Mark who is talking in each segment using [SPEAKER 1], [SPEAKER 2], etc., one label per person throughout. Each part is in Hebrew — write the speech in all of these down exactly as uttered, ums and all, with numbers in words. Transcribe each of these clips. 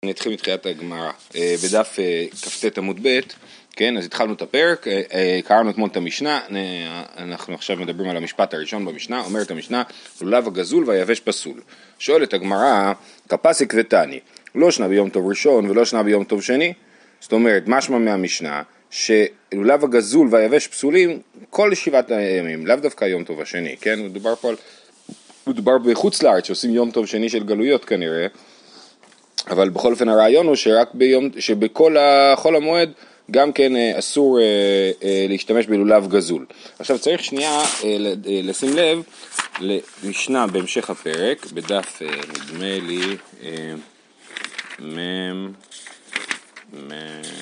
[SPEAKER 1] אני אתחיל מתחילת הגמרא, בדף כ"ט עמוד ב', כן, אז התחלנו את הפרק, קראנו אתמול את המשנה, אנחנו עכשיו מדברים על המשפט הראשון במשנה, אומרת המשנה, לולב הגזול והיבש פסול. שואלת הגמרא, כפסק ותני, לא שנה ביום טוב ראשון ולא שנה ביום טוב שני, זאת אומרת, משמע מהמשנה, שלולב הגזול והיבש פסולים כל שבעת הימים, לאו דווקא יום טוב השני, כן, מדובר פה על, מדובר בחוץ לארץ, שעושים יום טוב שני של גלויות כנראה, אבל בכל אופן הרעיון הוא שרק ביום, שבכל החול המועד גם כן אסור אה, אה, להשתמש בלולב גזול. עכשיו צריך שנייה אה, לשים לב למשנה בהמשך הפרק, בדף אה, נדמה לי אה, מם, מם,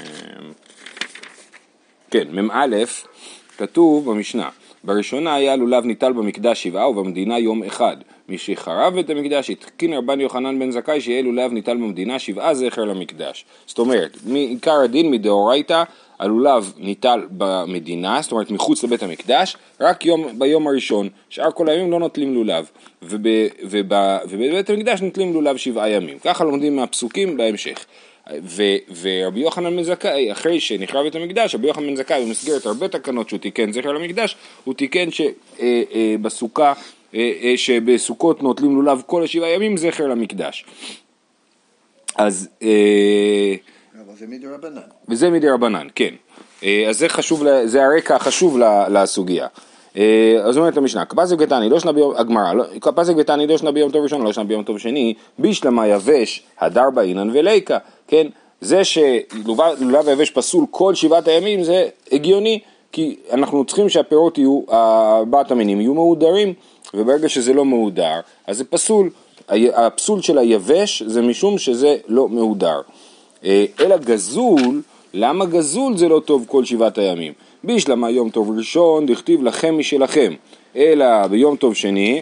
[SPEAKER 1] כן, מם א', כתוב במשנה, בראשונה היה לולב ניטל במקדש שבעה ובמדינה יום אחד. מי שחרב את המקדש התקין רבן יוחנן בן זכאי שיהיה לולב ניטל במדינה שבעה זכר למקדש. זאת אומרת, מעיקר הדין מדאורייתא הלולב ניטל במדינה, זאת אומרת מחוץ לבית המקדש, רק יום, ביום הראשון, שאר כל הימים לא נוטלים לולב, וב, וב, ובבית המקדש נוטלים לולב שבעה ימים. ככה לומדים מהפסוקים בהמשך. ו, ורבי יוחנן בן זכאי, אחרי שנחרב את המקדש, רבי יוחנן בן זכאי במסגרת הרבה תקנות שהוא תיקן זכר למקדש, הוא תיקן שבסוכה, שבסוכות נוטלים לולב כל השבעה ימים זכר למקדש. אז
[SPEAKER 2] אבל זה מדי רבנן.
[SPEAKER 1] וזה מדי רבנן, כן. אז זה חשוב, זה הרקע החשוב לסוגיה. אז אומרת המשנה, כפסק ותני לא שנה ביום, הגמרא, כפסק ותני לא שנה ביום טוב ראשון, לא שנה ביום טוב שני, בישלמה יבש, הדר באינן וליקה, כן? זה שלולב היבש פסול כל שבעת הימים זה הגיוני, כי אנחנו צריכים שהפירות יהיו, ארבעת המינים יהיו מהודרים, וברגע שזה לא מהודר, אז זה פסול. הפסול של היבש זה משום שזה לא מהודר. אלא גזול, למה גזול זה לא טוב כל שבעת הימים? בישלמה יום טוב ראשון, דכתיב לכם משלכם, אלא ביום טוב שני,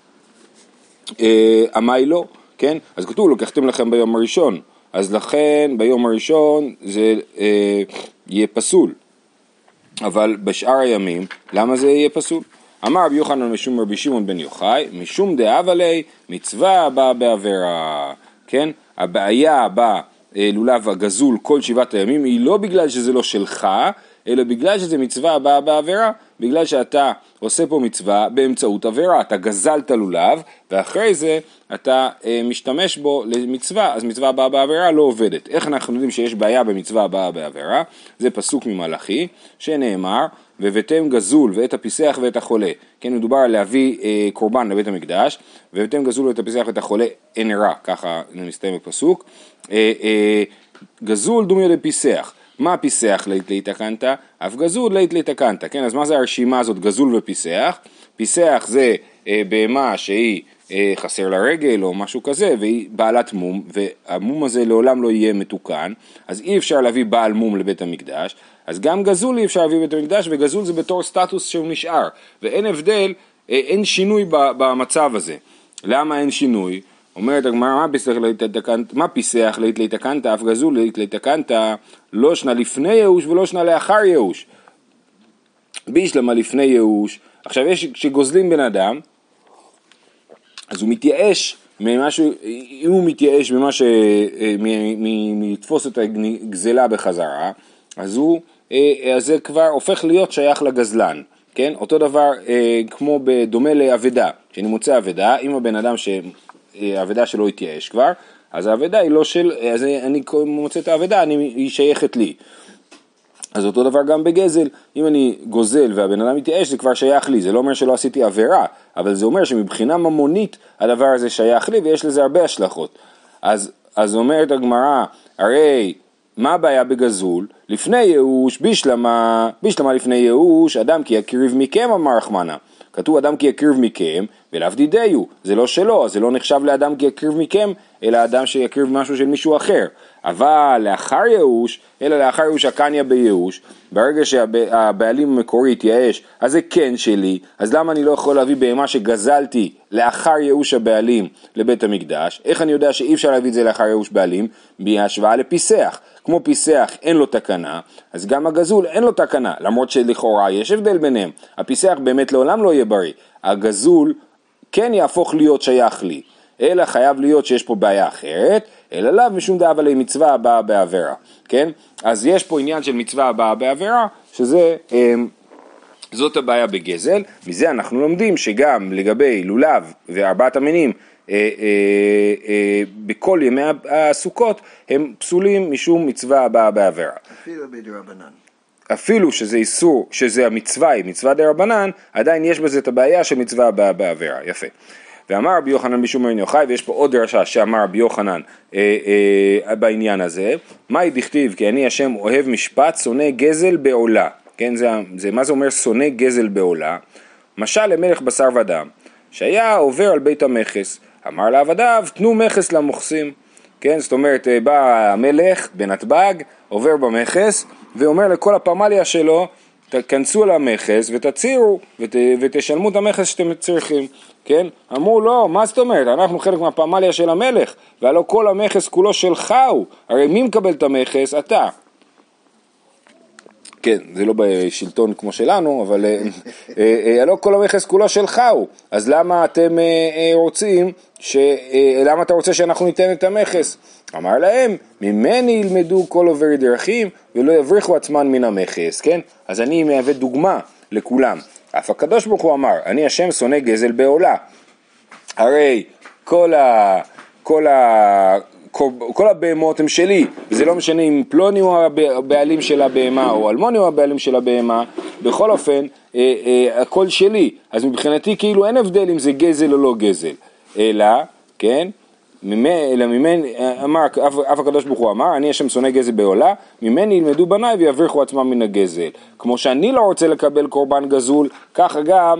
[SPEAKER 1] אמי לא, כן? אז כתוב, לקחתם לכם ביום הראשון, אז לכן ביום הראשון זה אה, יהיה פסול, אבל בשאר הימים, למה זה יהיה פסול? אמר רבי יוחנן משום רבי שמעון בן יוחאי, משום דאב עלי מצווה הבאה בעבירה, כן? הבעיה בלולב הגזול כל שבעת הימים היא לא בגלל שזה לא שלך, אלא בגלל שזה מצווה הבאה בעבירה, בגלל שאתה עושה פה מצווה באמצעות עבירה, אתה גזלת לולב, ואחרי זה אתה אה, משתמש בו למצווה, אז מצווה הבאה בעבירה לא עובדת. איך אנחנו יודעים שיש בעיה במצווה הבאה בעבירה? זה פסוק ממלאכי, שנאמר, והבאתם גזול ואת הפיסח ואת החולה. כן, מדובר על להביא אה, קורבן לבית המקדש, והבאתם גזול ואת הפיסח ואת החולה, אין רע, ככה מסתיים בפסוק. אה, אה, גזול דומיה לפיסח. מה פיסח לית להתקנת? אף גזול לית להתקנת. כן, אז מה זה הרשימה הזאת גזול ופיסח? פיסח זה אה, בהמה שהיא אה, חסר לרגל או משהו כזה, והיא בעלת מום, והמום הזה לעולם לא יהיה מתוקן, אז אי אפשר להביא בעל מום לבית המקדש, אז גם גזול אי אפשר להביא לבית המקדש, וגזול זה בתור סטטוס שהוא נשאר, ואין הבדל, אה, אין שינוי במצב הזה. למה אין שינוי? אומרת הגמרא, מה פיסח לית להתקנת, אף גזול לית להתקנת, לא שנה לפני ייאוש ולא שנה לאחר ייאוש. בישלמה לפני ייאוש. עכשיו יש, כשגוזלים בן אדם, אז הוא מתייאש ממשהו, אם הוא מתייאש ממה ש... מתפוס את הגזלה בחזרה, אז הוא, אז זה כבר הופך להיות שייך לגזלן. כן? אותו דבר כמו בדומה לעבדה. כשאני מוצא עבדה, אם הבן אדם ש... העבדה שלו התייאש כבר, אז העבדה היא לא של, אז אני מוצא את העבדה, אני, היא שייכת לי. אז אותו דבר גם בגזל, אם אני גוזל והבן אדם מתייאש, זה כבר שייך לי, זה לא אומר שלא עשיתי עבירה, אבל זה אומר שמבחינה ממונית הדבר הזה שייך לי, ויש לזה הרבה השלכות. אז, אז אומרת הגמרא, הרי מה הבעיה בגזול? לפני ייאוש, בישלמה, בישלמה לפני ייאוש, אדם כי יקריב מכם אמר רחמנה. כתוב אדם כי יקריב מכם, ולאו דידיו, זה לא שלו, זה לא נחשב לאדם כי יקריב מכם, אלא אדם שיקריב משהו של מישהו אחר. אבל לאחר ייאוש, אלא לאחר ייאוש הקניה בייאוש, ברגע שהבעלים המקורי התייאש, אז זה כן שלי, אז למה אני לא יכול להביא בהמה שגזלתי לאחר ייאוש הבעלים לבית המקדש? איך אני יודע שאי אפשר להביא את זה לאחר ייאוש בעלים? בהשוואה לפיסח. כמו פיסח אין לו תקנה, אז גם הגזול אין לו תקנה, למרות שלכאורה יש הבדל ביניהם. הפיסח באמת לעולם לא יהיה בריא, הגזול כן יהפוך להיות שייך לי, אלא חייב להיות שיש פה בעיה אחרת, אלא לאו משום דאבה למצווה הבאה בעבירה, כן? אז יש פה עניין של מצווה הבאה בעבירה, שזה, זאת הבעיה בגזל, מזה אנחנו לומדים שגם לגבי לולב וארבעת המינים, אה, אה, אה, בכל ימי הסוכות הם פסולים משום מצווה הבאה בעבירה.
[SPEAKER 2] אפילו בדרבנן.
[SPEAKER 1] אפילו שזה איסור, שזה המצווה היא מצווה דרבנן, עדיין יש בזה את הבעיה של מצווה הבאה בעבירה. יפה. ואמר רבי יוחנן משום בן יוחאי, ויש פה עוד דרשה שאמר רבי יוחנן אה, אה, בעניין הזה, מהי דכתיב כי אני השם אוהב משפט שונא גזל בעולה. כן, זה, זה, מה זה אומר שונא גזל בעולה? משל למלך בשר ודם, שהיה עובר על בית המכס, אמר לעבדיו, תנו מכס למוכסים. כן, זאת אומרת, בא המלך בנתב"ג, עובר במכס, ואומר לכל הפמליה שלו, תכנסו למכס ותצירו, ות, ותשלמו את המכס שאתם צריכים. כן, אמרו לא, מה זאת אומרת? אנחנו חלק מהפמליה של המלך, והלא כל המכס כולו שלך הוא, הרי מי מקבל את המכס? אתה. כן, זה לא בשלטון כמו שלנו, אבל לא כל המכס כולו שלך הוא, אז למה אתם רוצים, למה אתה רוצה שאנחנו ניתן את המכס? אמר להם, ממני ילמדו כל עוברי דרכים, ולא יבריחו עצמן מן המכס, כן? אז אני מהווה דוגמה לכולם. אף הקדוש ברוך הוא אמר, אני השם שונא גזל בעולה. הרי כל ה... כל ה... כל הבהמות הם שלי, וזה לא משנה אם פלוני הוא הבעלים של הבהמה או אלמוני הוא הבעלים של הבהמה, בכל אופן אה, אה, הכל שלי, אז מבחינתי כאילו אין הבדל אם זה גזל או לא גזל, אלא, כן, אלא ממני, אמר, אף הקדוש ברוך הוא אמר, אני השם שונא גזל בעולה, ממני ילמדו בניי ויבריחו עצמם מן הגזל, כמו שאני לא רוצה לקבל קורבן גזול, ככה גם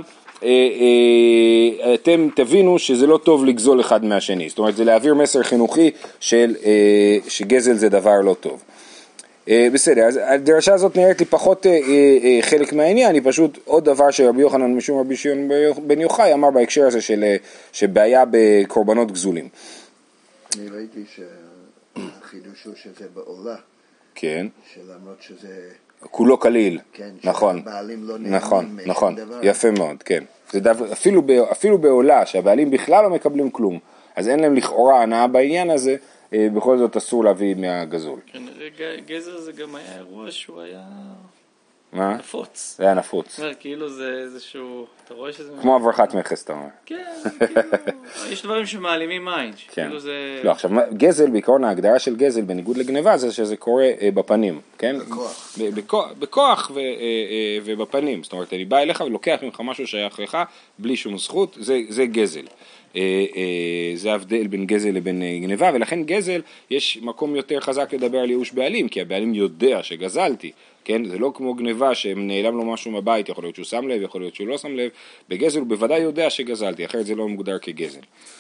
[SPEAKER 1] אתם תבינו שזה לא טוב לגזול אחד מהשני, זאת אומרת זה להעביר מסר חינוכי של שגזל זה דבר לא טוב. בסדר, אז הדרשה הזאת נראית לי פחות חלק מהעניין, היא פשוט עוד דבר שרבי יוחנן משום רבי שמעון בן יוחאי אמר בהקשר הזה של שבעיה בקורבנות גזולים.
[SPEAKER 2] אני ראיתי שהחידוש הוא שזה בעולה,
[SPEAKER 1] כן,
[SPEAKER 2] שלמרות שזה
[SPEAKER 1] כולו כליל,
[SPEAKER 2] כן,
[SPEAKER 1] נכון,
[SPEAKER 2] שהבעלים לא נהנים
[SPEAKER 1] נכון, נכון,
[SPEAKER 2] דבר.
[SPEAKER 1] יפה מאוד, כן. זה דבר, אפילו, אפילו בעולה שהבעלים בכלל לא מקבלים כלום, אז אין להם לכאורה הנאה בעניין הזה, בכל זאת אסור להביא מהגזול.
[SPEAKER 3] כן, גזר זה גם היה אירוע שהוא היה
[SPEAKER 1] מה?
[SPEAKER 3] נפוץ.
[SPEAKER 1] זה היה נפוץ.
[SPEAKER 3] זאת אומרת, כאילו זה איזשהו, אתה רואה שזה...
[SPEAKER 1] כמו הברחת מכס, אתה אומר.
[SPEAKER 3] כן, כאילו, יש דברים שמעלימים עין, כאילו זה...
[SPEAKER 1] לא, עכשיו, גזל, בעיקרון ההגדרה של גזל, בניגוד לגניבה, זה שזה קורה בפנים, כן?
[SPEAKER 2] בכוח.
[SPEAKER 1] בכוח ובפנים, זאת אומרת, אני בא אליך ולוקח ממך משהו שייך לך, בלי שום זכות, זה גזל. זה ההבדל בין גזל לבין גניבה, ולכן גזל יש מקום יותר חזק לדבר על ייאוש בעלים, כי הבעלים יודע שגזלתי, כן? זה לא כמו גניבה שנעלם לו משהו מהבית, יכול להיות שהוא שם לב, יכול להיות שהוא לא שם לב, בגזל הוא בוודאי יודע שגזלתי, אחרת זה לא מוגדר כגזל.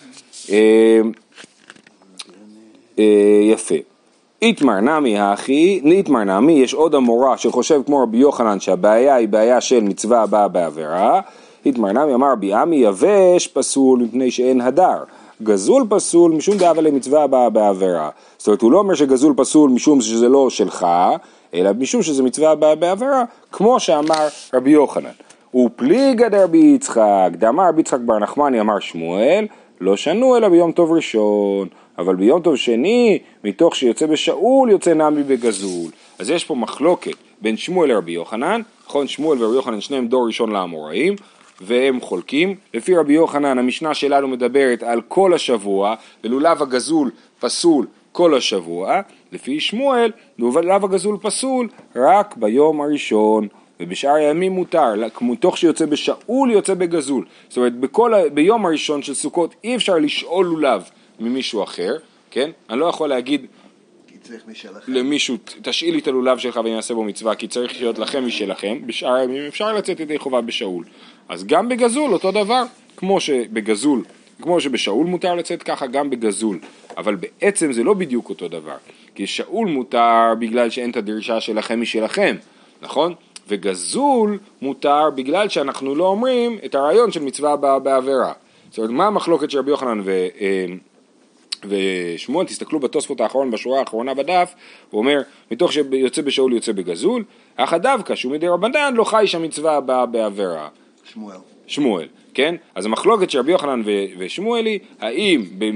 [SPEAKER 1] יפה. איתמר נמי האחי, איתמר נמי, יש עוד המורה שחושב כמו רבי יוחנן שהבעיה היא בעיה של מצווה הבאה בעבירה, איתמר נמי אמר רבי עמי יבש פסול מפני שאין הדר, גזול פסול משום דאבה למצווה הבאה בעבירה. זאת אומרת, הוא לא אומר שגזול פסול משום שזה לא שלך, אלא משום שזה מצווה הבאה בעבירה, כמו שאמר רבי יוחנן. ופליגא דרבי יצחק, דאמר רבי יצחק בר נחמני אמר שמואל, לא שנו אלא ביום טוב ראשון, אבל ביום טוב שני, מתוך שיוצא בשאול, יוצא נמי בגזול. אז יש פה מחלוקת בין שמואל לרבי יוחנן, נכון, שמואל ורבי יוחנן שניהם דור ראשון לאמוראים, והם חולקים. לפי רבי יוחנן, המשנה שלנו מדברת על כל השבוע, ולולב הגזול פסול כל השבוע. לפי שמואל, לולב הגזול פסול רק ביום הראשון, ובשאר הימים מותר, מתוך שיוצא בשאול יוצא בגזול. זאת אומרת, בכל, ביום הראשון של סוכות אי אפשר לשאול לולב ממישהו אחר, כן? אני לא יכול להגיד למישהו, תשאיל לי את הלולב שלך ואני אעשה בו מצווה, כי צריך להיות לכם משלכם. בשאר הימים אפשר לצאת ידי חובה בשאול. אז גם בגזול אותו דבר, כמו שבגזול, כמו שבשאול מותר לצאת ככה, גם בגזול. אבל בעצם זה לא בדיוק אותו דבר, כי שאול מותר בגלל שאין את הדרישה שלכם משלכם, נכון? וגזול מותר בגלל שאנחנו לא אומרים את הרעיון של מצווה בעבירה. זאת אומרת, מה המחלוקת של רבי יוחנן ו... ושמואל? תסתכלו בתוספות האחרון בשורה האחרונה בדף, הוא אומר, מתוך שיוצא בשאול יוצא בגזול, אך דווקא שהוא מדי רבנן לא חי שהמצווה הבאה בעבירה.
[SPEAKER 2] שמואל.
[SPEAKER 1] שמואל, כן? אז המחלוקת של רבי יוחנן ו- ושמואל היא, האם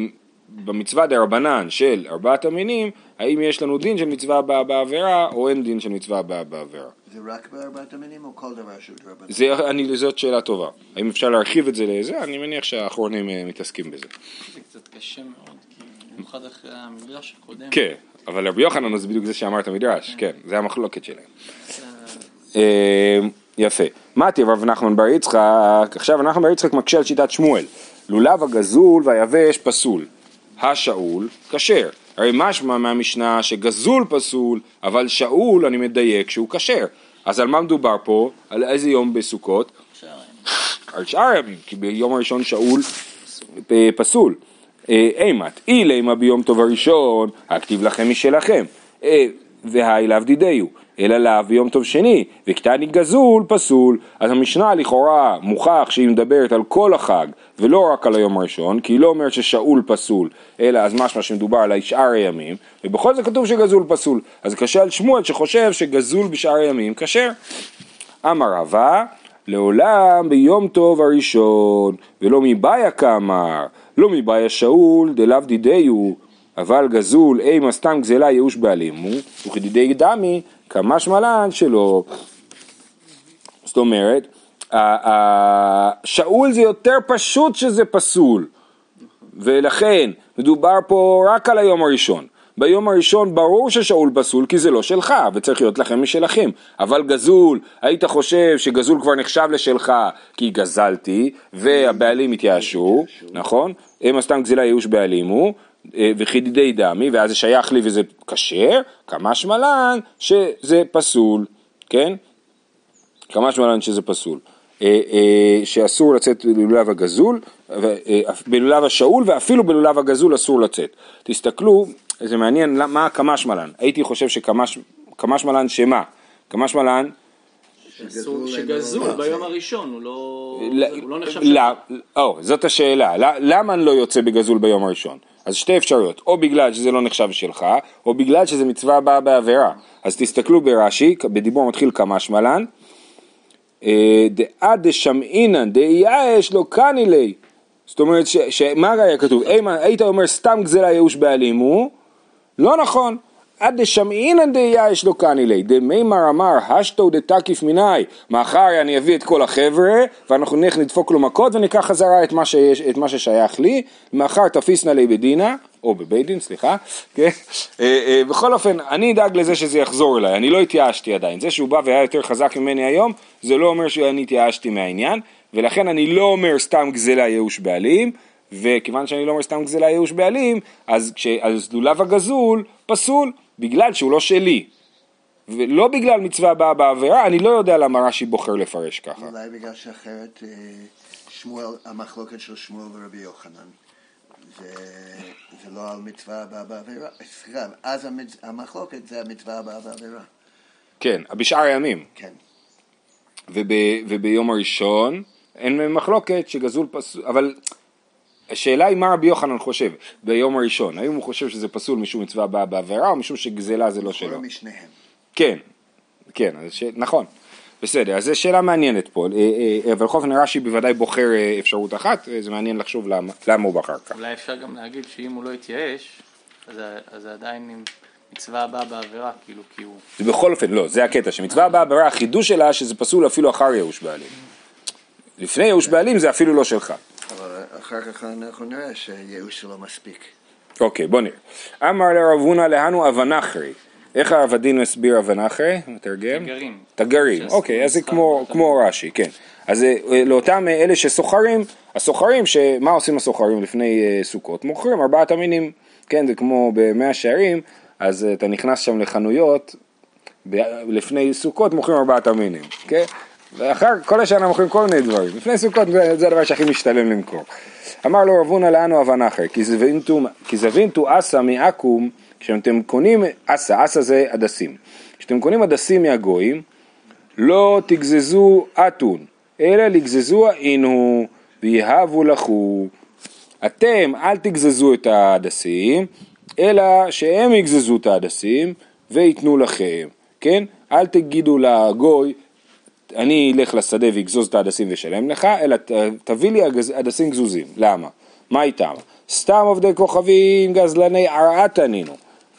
[SPEAKER 1] במצווה דרבנן של ארבעת המינים, האם יש לנו דין של מצווה הבאה בעבירה, או אין דין של מצווה הבאה בעבירה.
[SPEAKER 2] זה רק בארבעת המינים או כל דבר שהוא דרבנן?
[SPEAKER 1] זה, אני, זאת שאלה טובה. האם אפשר להרחיב את זה לזה? אני מניח שהאחרונים מתעסקים בזה.
[SPEAKER 3] זה קצת קשה מאוד, כי במיוחד אחרי המדרש הקודם.
[SPEAKER 1] כן, אבל רבי יוחנן זה בדיוק זה שאמרת מדרש, כן, זה המחלוקת שלהם. יפה. מתי רב נחמן בר יצחק, עכשיו נחמן בר יצחק מקשה על שיטת שמואל. לולב הגזול והיבש פסול. השאול כשר. הרי משמע מהמשנה שגזול פסול, אבל שאול אני מדייק שהוא כשר. אז על מה מדובר פה? על איזה יום בסוכות? על שאר ימים, כי ביום הראשון שאול פסול. אימת, אימה ביום טוב הראשון, הכתיב לכם משלכם. והי לאו דידיו, אלא לאו ביום טוב שני, וקטני גזול פסול. אז המשנה לכאורה מוכח שהיא מדברת על כל החג, ולא רק על היום הראשון, כי היא לא אומרת ששאול פסול, אלא אז משמע שמדובר על שאר הימים, ובכל זה כתוב שגזול פסול. אז קשה על שמואל שחושב שגזול בשאר הימים כשר. אמר רבא, לעולם ביום טוב הראשון, ולא מבעיה כאמר, לא מבעיה שאול, דלאו דידיו, אבל גזול אימה סתם גזלה ייאוש בעלימו, וכדידי דמי כמה שמלן שלו. זאת אומרת, שאול זה יותר פשוט שזה פסול, ולכן מדובר פה רק על היום הראשון. ביום הראשון ברור ששאול פסול כי זה לא שלך וצריך להיות לכם משלכם, אבל גזול, היית חושב שגזול כבר נחשב לשלך כי גזלתי והבעלים התייאשו, נכון? אימה סתם גזלה ייאוש בעלימו וחידידי דמי, ואז זה שייך לי וזה כשר, כמה שמלן שזה פסול, כן? כמה שמלן שזה פסול, שאסור לצאת בלולב הגזול, בלולב השאול, ואפילו בלולב הגזול אסור לצאת. תסתכלו, זה מעניין, מה כמה שמלן? הייתי חושב שכמה שמלן שמה? כמה שמלן?
[SPEAKER 3] שגזול ביום הראשון, הוא לא נחשב
[SPEAKER 1] שלך. זאת השאלה, למה אני לא יוצא בגזול ביום הראשון? אז שתי אפשרויות, או בגלל שזה לא נחשב שלך, או בגלל שזה מצווה הבאה בעבירה. אז תסתכלו ברש"י, בדיבור מתחיל כמה שמלן, דעה דשמעינן דייאש לא קני לי. זאת אומרת, מה היה כתוב? היית אומר סתם גזלה ייאוש בעלימו, לא נכון. עד דשמעינן דייאש לא קני לי. דמימר אמר השתו דתקיף מיני, מאחר אני אביא את כל החבר'ה ואנחנו נלך נדפוק לו מכות וניקח חזרה את מה, שיש, את מה ששייך לי, מאחר תפיסנה לי בדינה או בבית דין, סליחה, כן? בכל אופן, אני אדאג לזה שזה יחזור אליי, אני לא התייאשתי עדיין, זה שהוא בא והיה יותר חזק ממני היום, זה לא אומר שאני התייאשתי מהעניין, ולכן אני לא אומר סתם גזלה ייאוש בעלים, וכיוון שאני לא אומר סתם גזלה ייאוש בעלים, אז, כש, אז לולב הגזול פסול, בגלל שהוא לא שלי, ולא בגלל מצווה הבאה בעבירה, אני לא יודע למה רש"י בוחר לפרש ככה.
[SPEAKER 2] אולי בגלל שאחרת שמואל, המחלוקת של שמואל ורבי יוחנן, זה, זה לא על מצווה הבאה בעבירה, סליחה, אז המצ... המחלוקת זה המצווה הבאה בעבירה.
[SPEAKER 1] כן, בשאר הימים.
[SPEAKER 2] כן.
[SPEAKER 1] וב, וביום הראשון אין מחלוקת שגזול פסול, אבל השאלה היא מה רבי יוחנן חושב ביום הראשון, האם הוא חושב שזה פסול משום מצווה הבאה בעבירה, או משום שגזלה זה לא שלו.
[SPEAKER 2] או משניהם.
[SPEAKER 1] כן, כן, ש... נכון. בסדר, אז זו שאלה מעניינת פה, אבל חופן רש"י בוודאי בוחר אפשרות אחת, זה מעניין לחשוב למה, למה הוא בחר כך.
[SPEAKER 3] אולי אפשר גם להגיד שאם הוא לא יתייאש, אז זה עדיין עם מצווה הבאה בעבירה, כאילו, כי הוא...
[SPEAKER 1] זה בכל אופן, לא, זה הקטע, שמצווה הבאה בעבירה, החידוש שלה שזה פסול אפילו אחר ייאוש בעלים. לפני ייאוש בעלים זה אפילו לא שלך.
[SPEAKER 2] אבל אחר כך אנחנו נראה שייאוש שלו מספיק.
[SPEAKER 1] אוקיי, בוא נראה. אמר לרב הונא להנו אבנחרי. איך הרב הדין מסביר אבנחרי? מתרגם?
[SPEAKER 3] תגרים.
[SPEAKER 1] תגרים, אוקיי, אז זה כמו רש"י, כן. אז לאותם אלה שסוחרים, הסוחרים, מה עושים הסוחרים לפני סוכות? מוכרים ארבעת המינים, כן, זה כמו במאה שערים, אז אתה נכנס שם לחנויות, לפני סוכות מוכרים ארבעת המינים, כן? ואחר כל השנה מוכרים כל מיני דברים, לפני סוכות זה הדבר שהכי משתלם למכור. אמר לו רב הונא לנו אבנחרי, כי זבינתו אסא מעכו"ם, כשאתם קונים אסה, אסה זה הדסים, כשאתם קונים הדסים מהגויים, לא תגזזו אתון, אלא לגזזו אינו ויהבו לכו. אתם אל תגזזו את הדסים, אלא שהם יגזזו את הדסים ויתנו לכם, כן? אל תגידו לגוי, אני אלך לשדה ויגזוז את הדסים ושלם לך, אלא תביא לי הדסים גזוזים. למה? מה איתם? סתם עובדי כוכבים גזלני ערעת ענינו,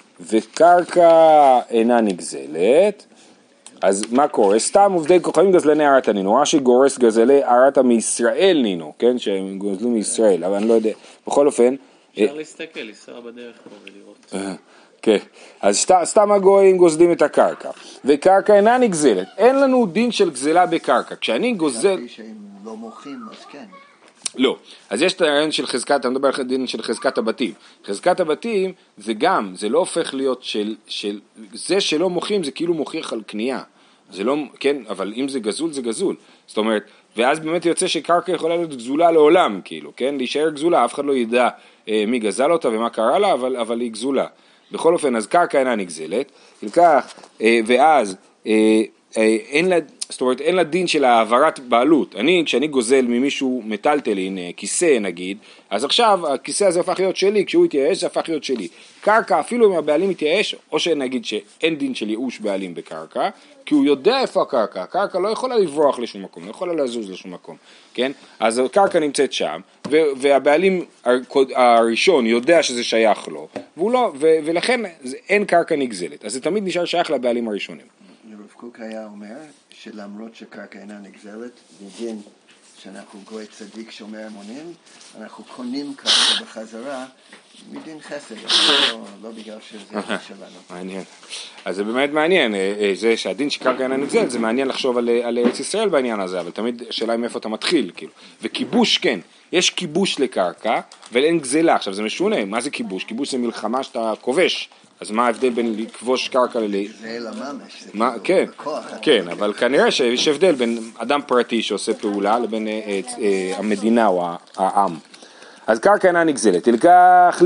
[SPEAKER 1] וקרקע אינה נגזלת. אז מה קורה? סתם עובדי כוכבים גזלני ערעת ענינו, רש"י גורס גזלי ערעתה מישראל נינו, כן? שהם גזלו מישראל, אבל אני לא יודע, בכל אופן.
[SPEAKER 3] אפשר להסתכל, לנסוע בדרך פה ולראות.
[SPEAKER 1] כן, אז סתם הגויים גוזלים את הקרקע, וקרקע אינה נגזלת, אין לנו דין של גזלה בקרקע, כשאני גוזל...
[SPEAKER 2] שהם לא מוכרים, אז כן.
[SPEAKER 1] לא, אז יש את הרעיון של חזקת, אתה מדבר על דין של חזקת הבתים, חזקת הבתים זה גם, זה לא הופך להיות של, של, זה שלא מוכרים זה כאילו מוכיח על קנייה, זה לא, כן, אבל אם זה גזול זה גזול, זאת אומרת, ואז באמת יוצא שקרקע יכולה להיות גזולה לעולם, כאילו, כן, להישאר גזולה, אף אחד לא ידע אה, מי גזל אותה ומה קרה לה, אבל, אבל היא גזולה. בכל אופן, אז קרקע אינה נגזלת, לכך, אה, ואז אה, אה, אין לה, זאת אומרת, אין לה דין של העברת בעלות. אני, כשאני גוזל ממישהו מטלטלין, כיסא נגיד, אז עכשיו הכיסא הזה הפך להיות שלי, כשהוא התייאש זה הפך להיות שלי. קרקע, אפילו אם הבעלים התייאש, או שנגיד שאין דין של ייאוש בעלים בקרקע, כי הוא יודע איפה הקרקע, הקרקע לא יכולה לברוח לשום מקום, לא יכולה לזוז לשום מקום, כן? אז הקרקע נמצאת שם, והבעלים הראשון יודע שזה שייך לו, והוא לא, ולכן אין קרקע נגזלת, אז זה תמיד נשאר שייך לבעלים הראשונים.
[SPEAKER 2] רב קוק היה אומר שלמרות שקרקע אינה נגזלת, בדין שאנחנו גוי צדיק שומר אמונים, אנחנו קונים קרקע בחזרה מדין חסד, לא, לא בגלל שזה שלנו.
[SPEAKER 1] מעניין. אז זה באמת מעניין, זה שהדין שקרקע אינה נגזלת, זה מעניין לחשוב על, על ארץ ישראל בעניין הזה, אבל תמיד השאלה היא מאיפה אתה מתחיל, כאילו. וכיבוש כן, יש כיבוש לקרקע, אבל אין גזלה. עכשיו זה משונה, מה זה כיבוש? כיבוש זה מלחמה שאתה כובש. אז מה ההבדל בין לכבוש קרקע ל...
[SPEAKER 2] זה לממש.
[SPEAKER 1] מה, כן, כן, אבל כנראה שיש הבדל בין אדם פרטי שעושה פעולה לבין אה, אה, המדינה או העם. אז קרקע אינה נגזלת, תלקח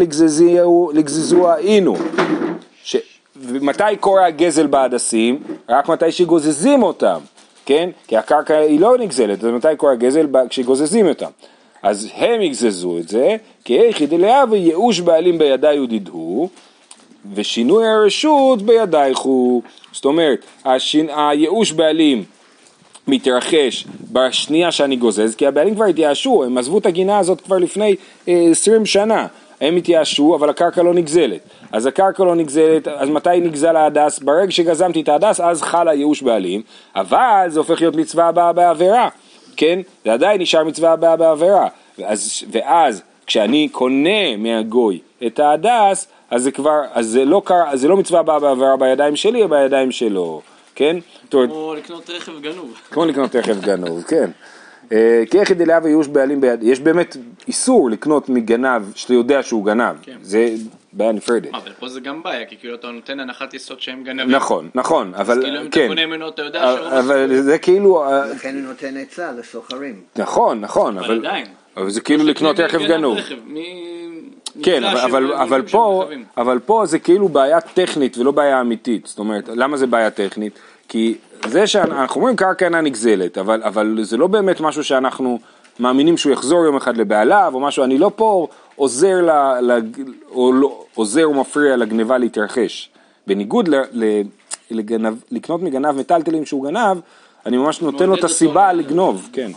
[SPEAKER 1] לגזזוה אינו. ש... ומתי קורה הגזל בהדסים? רק מתי שגוזזים אותם, כן? כי הקרקע היא לא נגזלת, אז מתי קורה הגזל? כשגוזזים אותם. אז הם יגזזו את זה, כי היחיד אליה וייאוש בעלים בידי ודידהו, ושינוי הרשות בידייך הוא, זאת אומרת, השינ... הייאוש בעלים מתרחש בשנייה שאני גוזז, כי הבעלים כבר התייאשו, הם עזבו את הגינה הזאת כבר לפני אה, עשרים שנה, הם התייאשו, אבל הקרקע לא נגזלת, אז הקרקע לא נגזלת, אז מתי נגזל ההדס? ברגע שגזמתי את ההדס, אז חל הייאוש בעלים, אבל זה הופך להיות מצווה הבאה בעבירה, כן? זה עדיין נשאר מצווה הבאה בעבירה, ואז, ואז כשאני קונה מהגוי את ההדס, אז זה כבר, אז זה לא קרה, זה לא מצווה הבאה בעבירה בידיים שלי או בידיים שלו, כן?
[SPEAKER 3] כמו לקנות רכב גנוב.
[SPEAKER 1] כמו לקנות רכב גנוב, כן. כי יחיד אליה וייאוש בעלים ביד, יש באמת איסור לקנות מגנב שאתה יודע שהוא גנב, זה בעיה נפרדת.
[SPEAKER 3] אבל פה זה גם בעיה, כי כאילו אתה נותן הנחת יסוד שהם גנבים.
[SPEAKER 1] נכון, נכון, אבל
[SPEAKER 3] כאילו אם אתה קונה ממנו אתה יודע שהוא...
[SPEAKER 1] אבל זה כאילו...
[SPEAKER 2] לכן הוא נותן עצה לסוחרים.
[SPEAKER 1] נכון, נכון,
[SPEAKER 3] אבל עדיין.
[SPEAKER 1] אבל זה כאילו לקנות רכב גנוב. כן, אבל, אבל, פה, אבל פה זה כאילו בעיה טכנית ולא בעיה אמיתית. זאת אומרת, למה זה בעיה טכנית? כי זה שאנחנו אומרים קרקע אינה נגזלת, אבל, אבל זה לא באמת משהו שאנחנו מאמינים שהוא יחזור יום אחד לבעליו או משהו. אני לא פה עוזר, ל, ל, או לא, עוזר ומפריע לגניבה להתרחש. בניגוד ל, ל, לגנב, לקנות מגנב מטלטלים שהוא גנב, אני ממש נותן לו את הסיבה לגנוב, כן.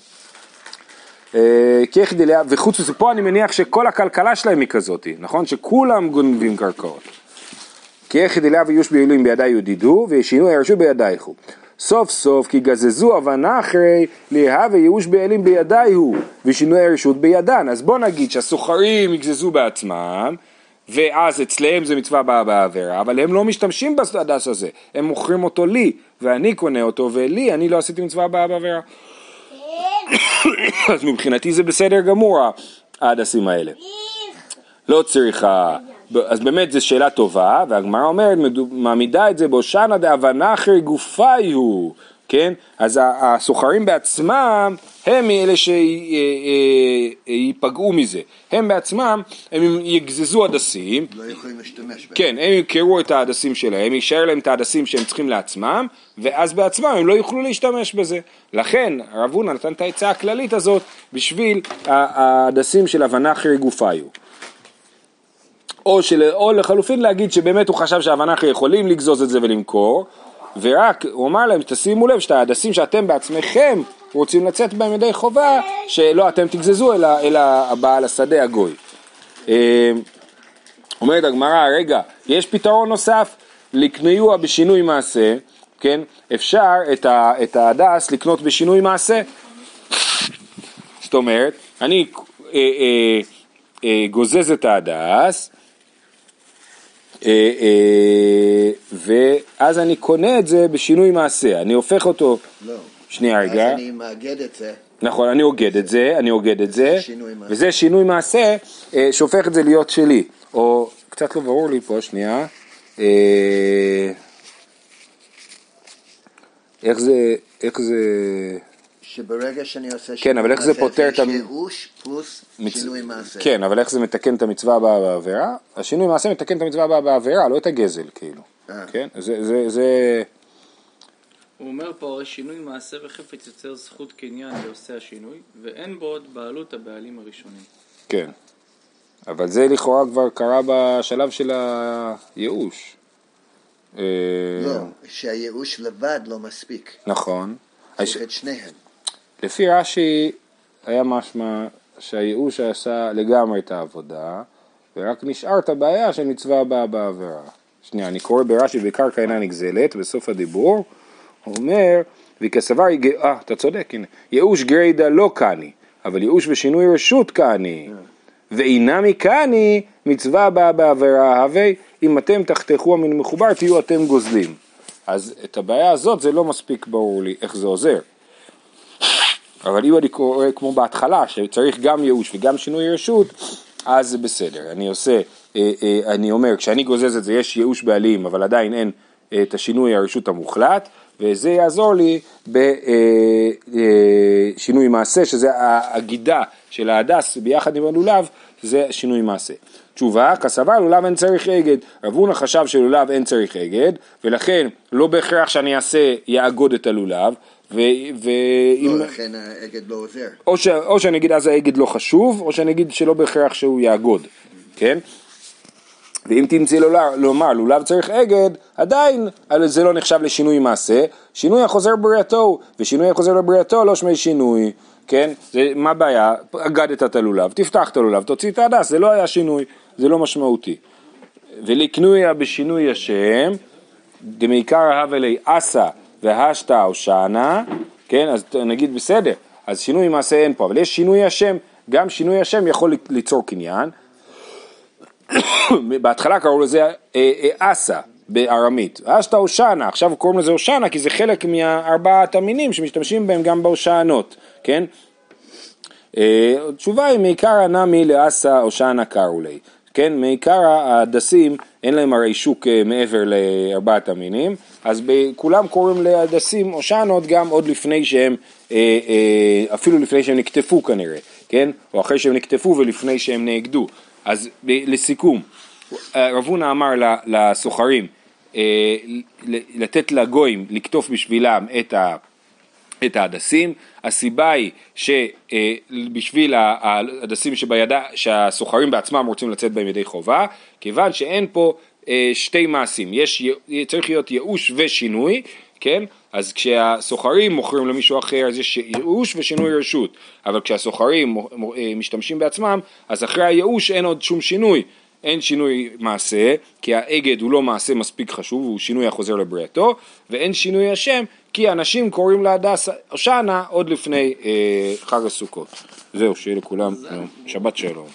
[SPEAKER 1] וחוץ מזה פה אני מניח שכל הכלכלה שלהם היא כזאת, נכון? שכולם גונבים קרקעות. כי יחיד אליה ויוש בעילויים בידי יודידו ושינוי הרשות בידייך הוא. סוף סוף כי גזזו הבנה אחרי להה וייאוש בעילים בידי הוא ושינוי הרשות בידן. אז בוא נגיד שהסוחרים יגזזו בעצמם ואז אצלהם זה מצווה באה בעבירה, אבל הם לא משתמשים בהדס הזה, הם מוכרים אותו לי ואני קונה אותו ולי אני לא עשיתי מצווה באה בעבירה. אז מבחינתי זה בסדר גמור ההדסים האלה. לא צריכה, אז באמת זו שאלה טובה, והגמרא אומרת, מעמידה את זה בהושענא דהבנה אחרי גופי הוא, כן? אז הסוחרים בעצמם, הם אלה שיפגעו מזה. הם בעצמם, הם יגזזו הדסים.
[SPEAKER 2] לא יכולים להשתמש בהם.
[SPEAKER 1] כן, הם יקרו את ההדסים שלהם, יישאר להם את ההדסים שהם צריכים לעצמם, ואז בעצמם הם לא יוכלו להשתמש בזה. לכן, הרב הונא נתן את העצה הכללית הזאת, בשביל ההדסים של הבנה אחרי גופי הוא. או, של, או לחלופין להגיד שבאמת הוא חשב שהבנח יכולים לגזוז את זה ולמכור, ורק הוא אמר להם, תשימו לב שאתה הדסים שאתם בעצמכם רוצים לצאת בהם ידי חובה, שלא אתם תגזזו אלא, אלא הבעל השדה הגוי. אומרת הגמרא, רגע, יש פתרון נוסף, לקניוע בשינוי מעשה, כן? אפשר את, ה, את ההדס לקנות בשינוי מעשה. זאת אומרת, אני אה, אה, אה, גוזז את ההדס, אה, אה, ואז אני קונה את זה בשינוי מעשה, אני הופך אותו...
[SPEAKER 2] לא.
[SPEAKER 1] שנייה רגע.
[SPEAKER 2] אז אני מאגד את זה.
[SPEAKER 1] נכון, אני אוגד את זה, אני אוגד את זה,
[SPEAKER 2] שינוי
[SPEAKER 1] וזה שינוי מעשה אה, שהופך את זה להיות שלי. או, קצת לא ברור לי פה, שנייה. אה, איך זה, איך זה...
[SPEAKER 2] שברגע שאני עושה
[SPEAKER 1] כן,
[SPEAKER 2] שינוי
[SPEAKER 1] אבל איך זה פותר את...
[SPEAKER 2] זה ייאוש פלוס שינוי מעשה.
[SPEAKER 1] כן, אבל איך זה מתקן את המצווה הבאה בעבירה? השינוי מעשה מתקן את המצווה הבאה בעבירה, לא את הגזל, כאילו. כן? זה, זה, זה...
[SPEAKER 3] הוא אומר פה, הרי שינוי מעשה וחפץ יוצר זכות קניין לעושה השינוי, ואין בו עוד בעלות הבעלים הראשונים.
[SPEAKER 1] כן. אבל זה לכאורה כבר קרה בשלב של הייאוש.
[SPEAKER 2] לא, שהייאוש לבד לא מספיק.
[SPEAKER 1] נכון.
[SPEAKER 2] צריך את שניהם.
[SPEAKER 1] לפי רש"י היה משמע שהייאוש עשה לגמרי את העבודה, ורק נשאר את הבעיה של מצווה הבאה בעבירה. שנייה, אני קורא ברש"י בקרקע אינה נגזלת, בסוף הדיבור, הוא אומר, וכסבר, אה, אתה צודק, הנה, ייאוש גרידא לא קני, אבל ייאוש ושינוי רשות קני, ואינה מקני, מצווה הבאה בעבירה, הווי, אם אתם תחתכו מן מחובר, תהיו אתם גוזלים. אז את הבעיה הזאת זה לא מספיק ברור לי איך זה עוזר. אבל אם אני קורא כמו בהתחלה, שצריך גם ייאוש וגם שינוי רשות, אז זה בסדר. אני עושה, אני אומר, כשאני גוזז את זה, יש ייאוש בעלים, אבל עדיין אין את השינוי הרשות המוחלט, וזה יעזור לי בשינוי מעשה, שזה הגידה של ההדס ביחד עם הלולב, זה שינוי מעשה. תשובה, כסבר לולב אין צריך אגד. רב הונא חשב שלולב אין צריך אגד, ולכן לא בהכרח שאני אעשה יאגוד את הלולב, ו...
[SPEAKER 2] לא, לכן האגד לא עוזר.
[SPEAKER 1] או, ש... או שאני אגיד אז האגד לא חשוב, או שאני אגיד שלא בהכרח שהוא יאגוד, כן? ואם תמצא לומר לולב צריך אגד, עדיין זה לא נחשב לשינוי מעשה, שינוי החוזר בריאתו, ושינוי החוזר לבריאתו לא שמי שינוי, כן? זה, מה הבעיה? אגדת את הלולב, תפתח את הלולב, תוציא את ההדס, זה לא היה שינוי, זה לא משמעותי. ולקנויה בשינוי השם, דמעיקר ההבלי אסה והשתה או שענה, כן? אז נגיד בסדר, אז שינוי מעשה אין פה, אבל יש שינוי השם, גם שינוי השם יכול ליצור קניין, בהתחלה קראו לזה אסה בארמית, השתה או שענה, עכשיו קוראים לזה הושענה כי זה חלק מהארבעת המינים שמשתמשים בהם גם בהושענות, כן? תשובה היא מעיקר הנמי לאסה או שענה קראו לי, כן? מעיקר ההדסים אין להם הרי שוק מעבר לארבעת המינים, אז כולם קוראים להדסים או שענות גם עוד לפני שהם, אפילו לפני שהם נקטפו כנראה, כן? או אחרי שהם נקטפו ולפני שהם נאגדו. אז לסיכום, רב הונא אמר לסוחרים לתת לגויים לקטוף בשבילם את ה את ההדסים. הסיבה היא שבשביל ההדסים שבידה, שהסוחרים בעצמם רוצים לצאת בהם ידי חובה, כיוון שאין פה שתי מעשים, יש, צריך להיות ייאוש ושינוי, כן? אז כשהסוחרים מוכרים למישהו אחר, אז יש ייאוש ושינוי רשות, אבל כשהסוחרים משתמשים בעצמם, אז אחרי הייאוש אין עוד שום שינוי, אין שינוי מעשה, כי האגד הוא לא מעשה מספיק חשוב, הוא שינוי החוזר לבריאתו, ואין שינוי השם, כי האנשים קוראים להדס הושענה עוד לפני אה, חג הסוכות. זהו, שיהיה לכולם שבת שלום.